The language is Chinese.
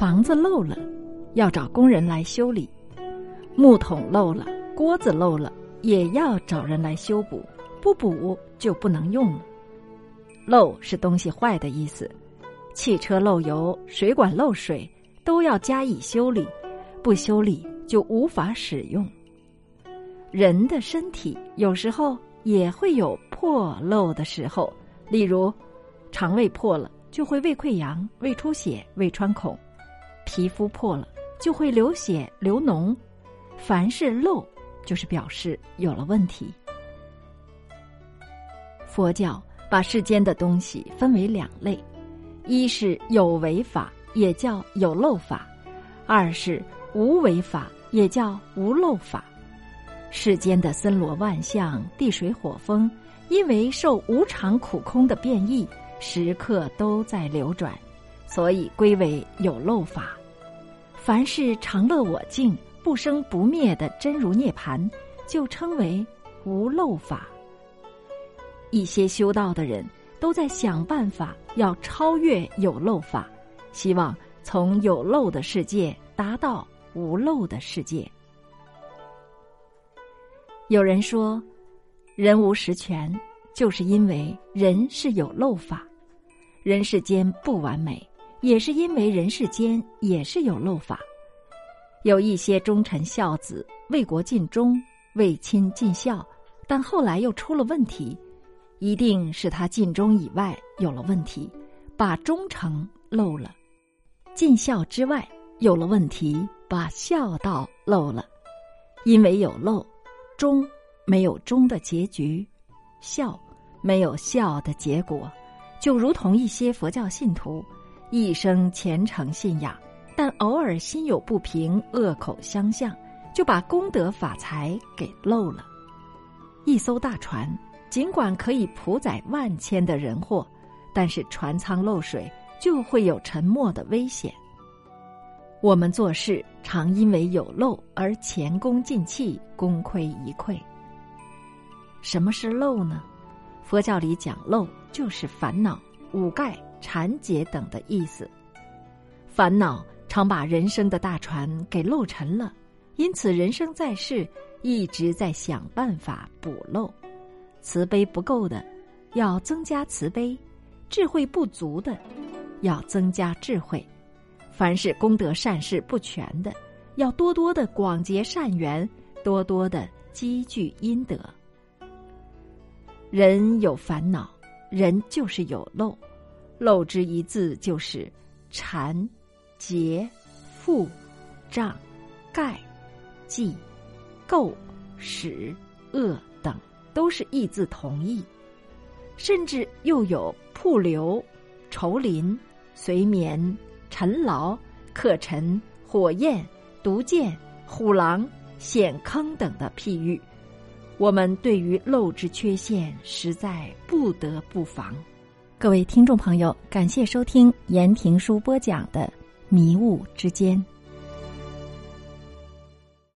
房子漏了，要找工人来修理；木桶漏了，锅子漏了，也要找人来修补，不补就不能用了。漏是东西坏的意思，汽车漏油、水管漏水都要加以修理，不修理就无法使用。人的身体有时候也会有破漏的时候，例如肠胃破了就会胃溃疡、胃出血、胃穿孔；皮肤破了就会流血、流脓。凡是漏就是表示有了问题。佛教把世间的东西分为两类，一是有为法，也叫有漏法；二是无为法，也叫无漏法。世间的森罗万象、地水火风，因为受无常苦空的变异，时刻都在流转，所以归为有漏法。凡是常乐我净、不生不灭的真如涅槃，就称为无漏法。一些修道的人都在想办法要超越有漏法，希望从有漏的世界达到无漏的世界。有人说，人无十全，就是因为人是有漏法。人世间不完美，也是因为人世间也是有漏法。有一些忠臣孝子为国尽忠、为亲尽孝，但后来又出了问题，一定是他尽忠以外有了问题，把忠诚漏了；尽孝之外有了问题，把孝道漏了。因为有漏，忠没有忠的结局，孝没有孝的结果，就如同一些佛教信徒一生虔诚信仰，但偶尔心有不平、恶口相向，就把功德法财给漏了。一艘大船尽管可以铺载万千的人祸，但是船舱漏水就会有沉没的危险。我们做事常因为有漏而前功尽弃、功亏一篑。什么是漏呢？佛教里讲漏就是烦恼、五盖、缠结等的意思。烦恼常把人生的大船给漏沉了，因此人生在世一直在想办法补漏。慈悲不够的要增加慈悲，智慧不足的要增加智慧，凡是功德善事不全的，要多多的广结善缘，多多的积聚阴德。人有烦恼，人就是有漏，漏之一字就是缠、结、缚、障、盖、记、垢、使、恶等，都是异字同义。甚至又有瀑流、愁林、随眠、尘劳、客尘、火焰、毒箭、虎狼、险坑等的譬喻。我们对于漏之缺陷实在不得不防。各位听众朋友，感谢收听言庭书播讲的《迷雾之间》。